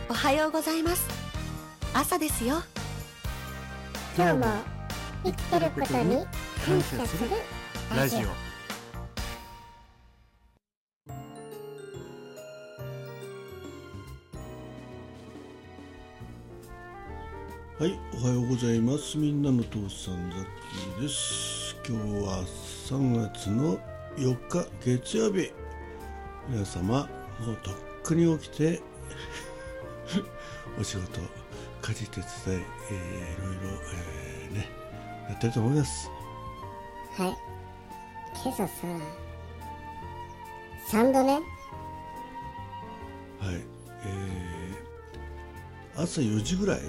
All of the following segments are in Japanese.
おはようございます。朝ですよ。 今日も生きてることに感謝するラジオ。 はい、おはようございます。みんなの父さん、ザッキーです。今日は3月の4日月曜日。皆様もうとっくに起きてお仕事、家事手伝い、いろいろ、やってると思います。 はい、今朝さ3度ね。 はい、朝4時ぐらい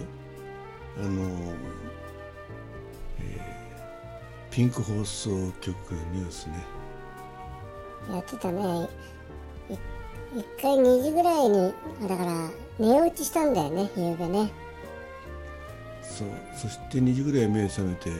ピンク放送局ニュースねやってたね。1回2時ぐらいにだから寝落ちしたんだよね、夕べね。 そう、そして2時ぐらい目覚めて、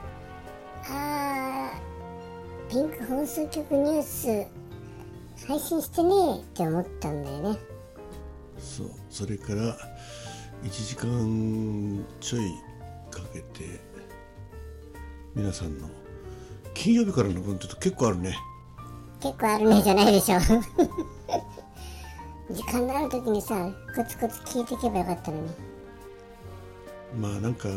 ピンク放送局ニュース配信してねえって思ったんだよね。 そう、それから1時間ちょいかけて皆さんの金曜日からのコンテンツ結構あるね。 結構あるねじゃないでしょ時間のある時にさ、コツコツ聞いていけばよかったのに。 まあなんか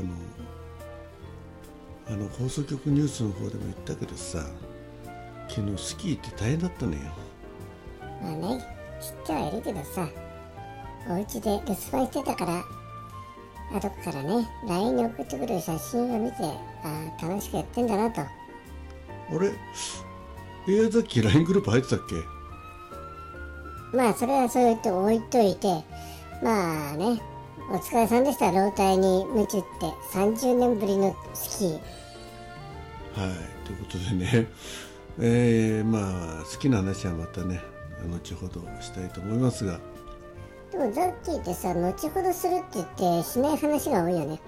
放送局ニュースの方でも言ったけどさ、昨日スキーって大変だったのよ。 まあね、知ってはいるけどさ、お家で留守番してたから、後からね LINE に送ってくる写真を見て、楽しくやってんだなと。 あれ、エアザッキー LINE グループ入ってたっけ？ まあそれはそう言って置いといて、まあね、お疲れさんでした。老体に夢中って30年ぶりのスキー。 はい、ということでね、まあ好きな話はまたね後ほどしたいと思いますが、 でもザッキーってさ、後ほどするって言ってしない話が多いよね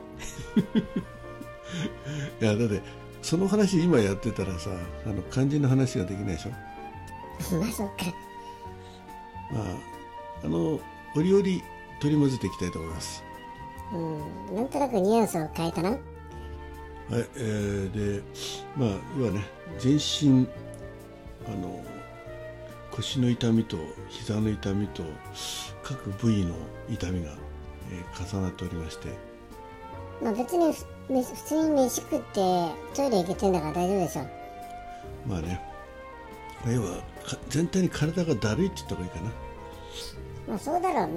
いやだってその話今やってたらさ、肝心の話ができないでしょまあそっか。 まあ折々取り混ぜていきたいと思います。 なんとなくニュアンスを変えたな。 はい、でまあ要はね、全身腰の痛みと膝の痛みと各部位の痛みが、重なっておりまして、 まあ別に普通に飯食ってトイレ行けてんだから大丈夫でしょ。 まあね、要は全体に体がだるいって言った方がいいかな。 まあそうだろうね。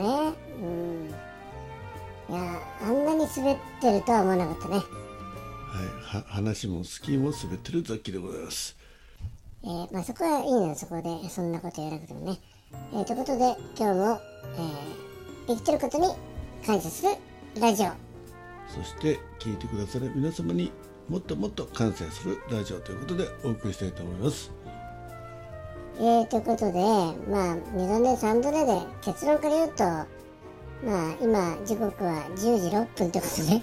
いや、あんなに滑ってるとは思わなかったね。 はい、話もスキーも滑ってるザッキーでございます。 まあそこはいいのよ、そこでそんなことやらなくてもね。ということで今日も、生きてることに感謝するラジオ。 そして聞いてくださる皆様にもっともっと感謝するラジオということでお送りしたいと思います。 ということで、まあ2度寝3度寝で結論から言うと、まあ今時刻は10時6分ってことね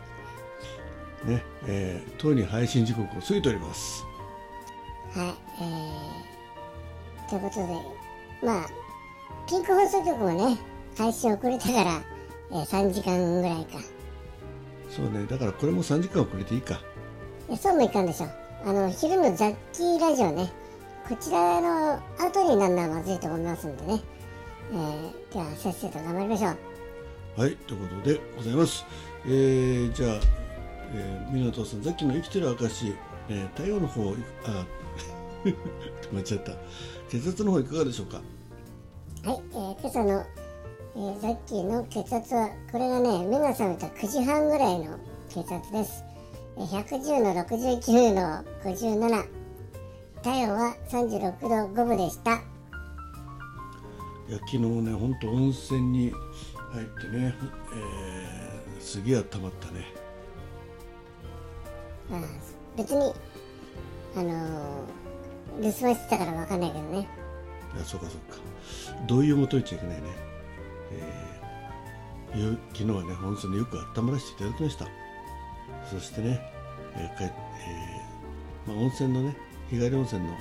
ね、当に配信時刻を過ぎております。 はい、ということで、まあピンク放送局もね配信遅れたから、3時間ぐらいか。 そうね、だからこれも3時間遅れていいか。 そうもいかんでしょ。昼のザッキーラジオね、こちらの後になるのはまずいと思いますんでね、ではせっせと頑張りましょう。 はい、ということでございます。じゃあ、みんなの父さん、ザッキーの生きてる証、太陽の方止まっちゃった。血圧の方いかがでしょうか？ はい、今朝の、ザッキーの血圧は、これがね、目が覚めた9時半ぐらいの血圧です。110の69の57、体温は36度5分でした。 いや、昨日ね、ほんと温泉に入ってね、すげえ温まったね。 別に留守番してたから分かんないけどね。 いや、そうかそうか、同意を求めちゃいけないね。昨日はね、温泉でよく温まらせていただきました。そしてね、温泉のね、日帰り温泉の、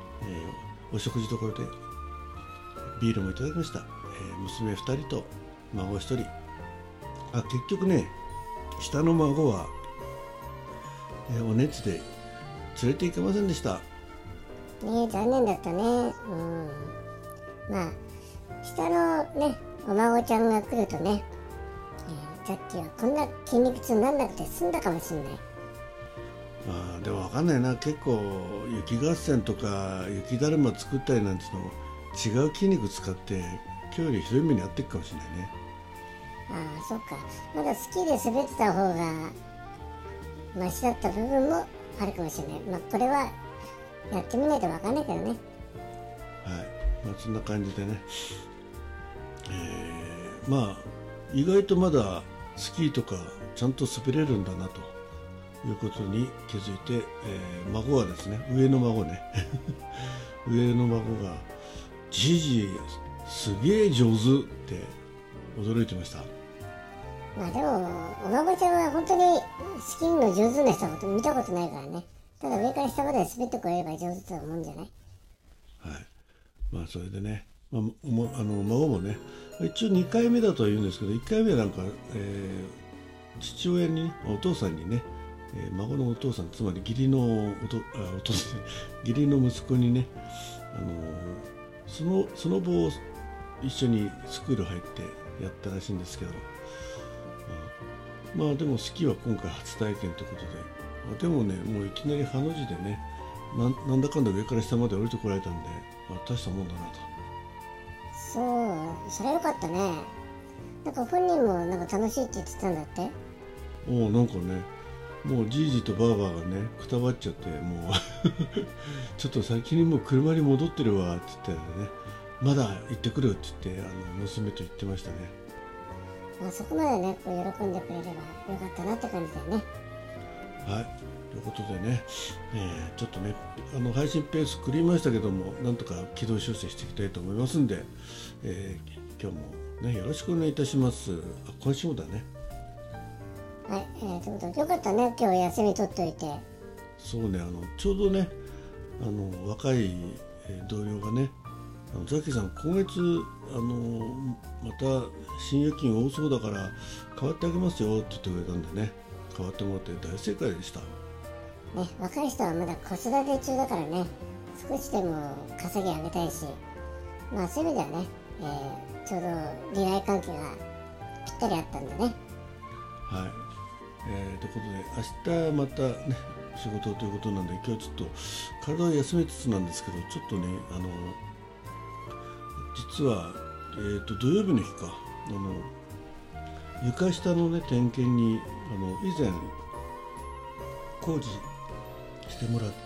お食事処でビールもいただきました。娘2人と孫一人。結局ね、下の孫は、お熱で連れて行けませんでした。 ね、残念だったね。まあ下のねお孫ちゃんが来るとね、ザッキーはこんな筋肉痛にならなくて済んだかもしれない。 でも分かんないな。結構雪合戦とか雪だるま作ったりなんていうの違う筋肉使って今日よりひどい目に遭っていくかもしれないね。 そっか。まだスキーで滑ってた方がマシだった部分もあるかもしれない。これはやってみないと分かんないけどね。 そんな感じでね、意外とまだスキーとかちゃんと滑れるんだなということに気づいて、孫はですね、上の孫ね上の孫がじじすげえ上手って驚いてました。 でもお孫ちゃんは本当にスキーの上手な人は見たことないからね。ただ上から下まで滑ってこれれば上手と思うんじゃない？ それでね、孫もね一応2回目だとは言うんですけど、1回目はなんか、父親にお父さんにね、孫のお父さん、つまり義理の義理の息子にね、その棒を一緒にスクール入ってやったらしいんですけど、でもスキーは今回初体験ということで、でもね、もういきなりハの字でね、なんだかんだ上から下まで降りてこられたんで、大したもんだなと。 それよかったね。なんか本人もなんか楽しいって言ってたんだって。 なんかね、もうじいじとばあばがねくたばっちゃって、もうちょっと先にもう車に戻ってるわって言ったらね、まだ行ってくるって言って娘と言ってましたね。 そこまでねこう喜んでくれればよかったなって感じだよね。 ということでね、ちょっとね配信ペース狂いましたけども、なんとか軌道修正していきたいと思いますんで、今日もねよろしくお願いいたします。今週もだね。 ということでよかったね、今日休み取っておいて。 そうね、ちょうどね若い同僚がね、ザキさん今月また新預金多そうだから代わってあげますよって言ってくれたんでね、代わってもらって大正解でした。 若い人はまだ子育て中だからね、少しでも稼ぎ上げたいし、そういう意味ではね、ちょうど利害関係がぴったりあったんだね。 ということで明日またね仕事ということなんで、今日はちょっと体を休めつつなんですけど、ちょっとね実は、土曜日の日か床下のね点検に以前工事してもらって、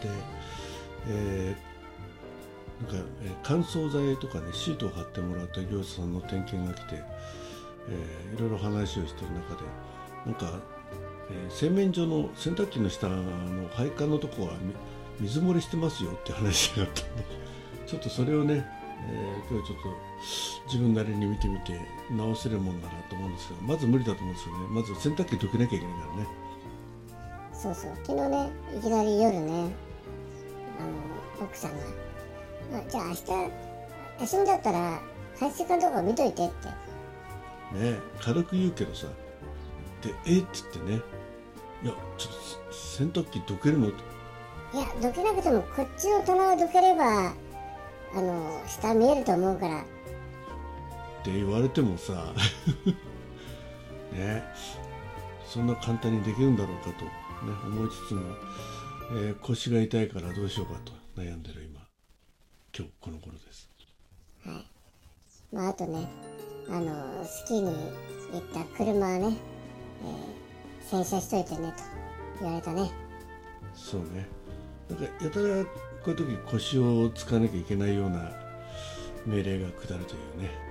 乾燥剤とかねシートを貼ってもらった業者さんの点検が来て、いろいろ話をしている中で洗面所の洗濯機の下の配管のとこは水漏れしてますよって話があったんで、ちょっとそれをね、今日ちょっと自分なりに見てみて直せるもんだなと思うんですが、まず無理だと思うんですよね。まず洗濯機どけなきゃいけないからね。 そう昨日ねいきなり夜ね奥さんがじゃあ明日休みだったら排水管とか見といてって軽く言うけどさ、でって言ってね、いやちょっと洗濯機どけるのって、 いやどけなくてもこっちの棚をどければ下見えると思うからって言われてもさそんな簡単にできるんだろうかと、思いつつも、腰が痛いからどうしようかと悩んでる今日この頃です。 あとねスキーに行った車はね、洗車しといてねと言われたね。 そうね、なんかやたらこういう時腰をつかなきゃいけないような命令が下るというね。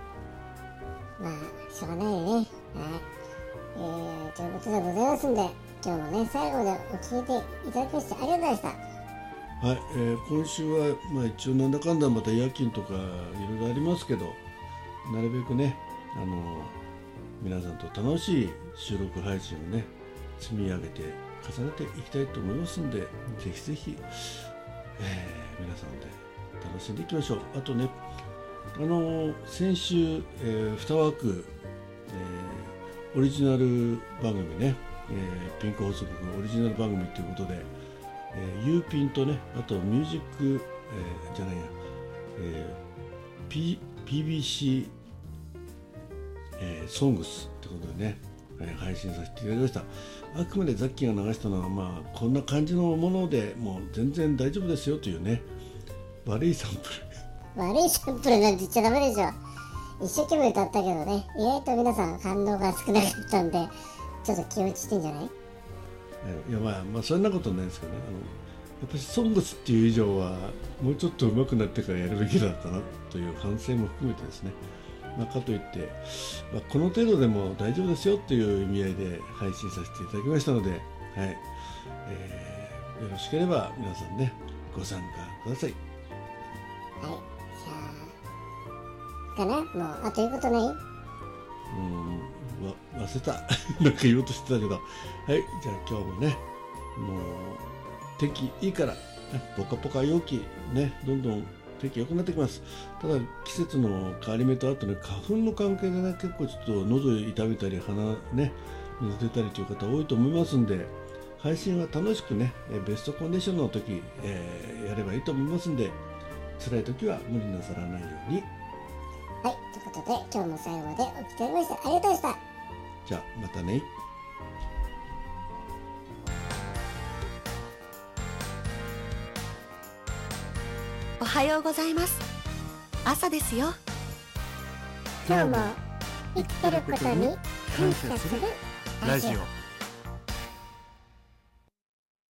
しょうがないよね。ということでございますんで、今日もね最後までお聞きいただきましてありがとうございました。 今週は一応なんだかんだまた夜勤とかいろいろありますけど、なるべくね皆さんと楽しい収録配信をね積み上げて重ねていきたいと思いますんで、ぜひぜひ、皆さんで楽しんでいきましょう。あとね、 先週、2枠、オリジナル番組ね、ピンク放送局オリジナル番組ということで、ユーピンとね、あとミュージック、じゃないや、PBC、ソングスということでね、配信させていただきました。あくまでザッキーが流したのは、まあ、こんな感じのものでもう全然大丈夫ですよというね、悪いサンプル悪いサンプルなんて言っちゃダメでしょ。一生懸命歌ったけどね、意外と皆さん反応が少なかったんで、ちょっと気落ちしてんじゃない？ いや、まあそんなことないですけどね、やっぱりソングスっていう以上はもうちょっと上手くなってからやるべきだったなという反省も含めてですね、かといって、この程度でも大丈夫ですよっていう意味合いで配信させていただきましたので、はい、よろしければ皆さんね、ご参加ください。 はい、じゃあかな、もうあということない？ 忘れたなんか言おうとしてたけど、はい、じゃあ今日もね、もう天気いいから、ポカポカ陽気ね、どんどん天気良くなってきます。ただ季節の変わり目と、あとね、花粉の関係でね、結構ちょっと喉痛めたり鼻ね水出たりという方多いと思いますんで、配信は楽しくね、ベストコンディションの時、やればいいと思いますんで、辛い時は無理なさらないように。 はい、ということで今日も最後までお聞きいただきましてありがとうございました。 じゃあまたね。 おはようございます。朝ですよ。 今日も生きてることに感謝するラジオ。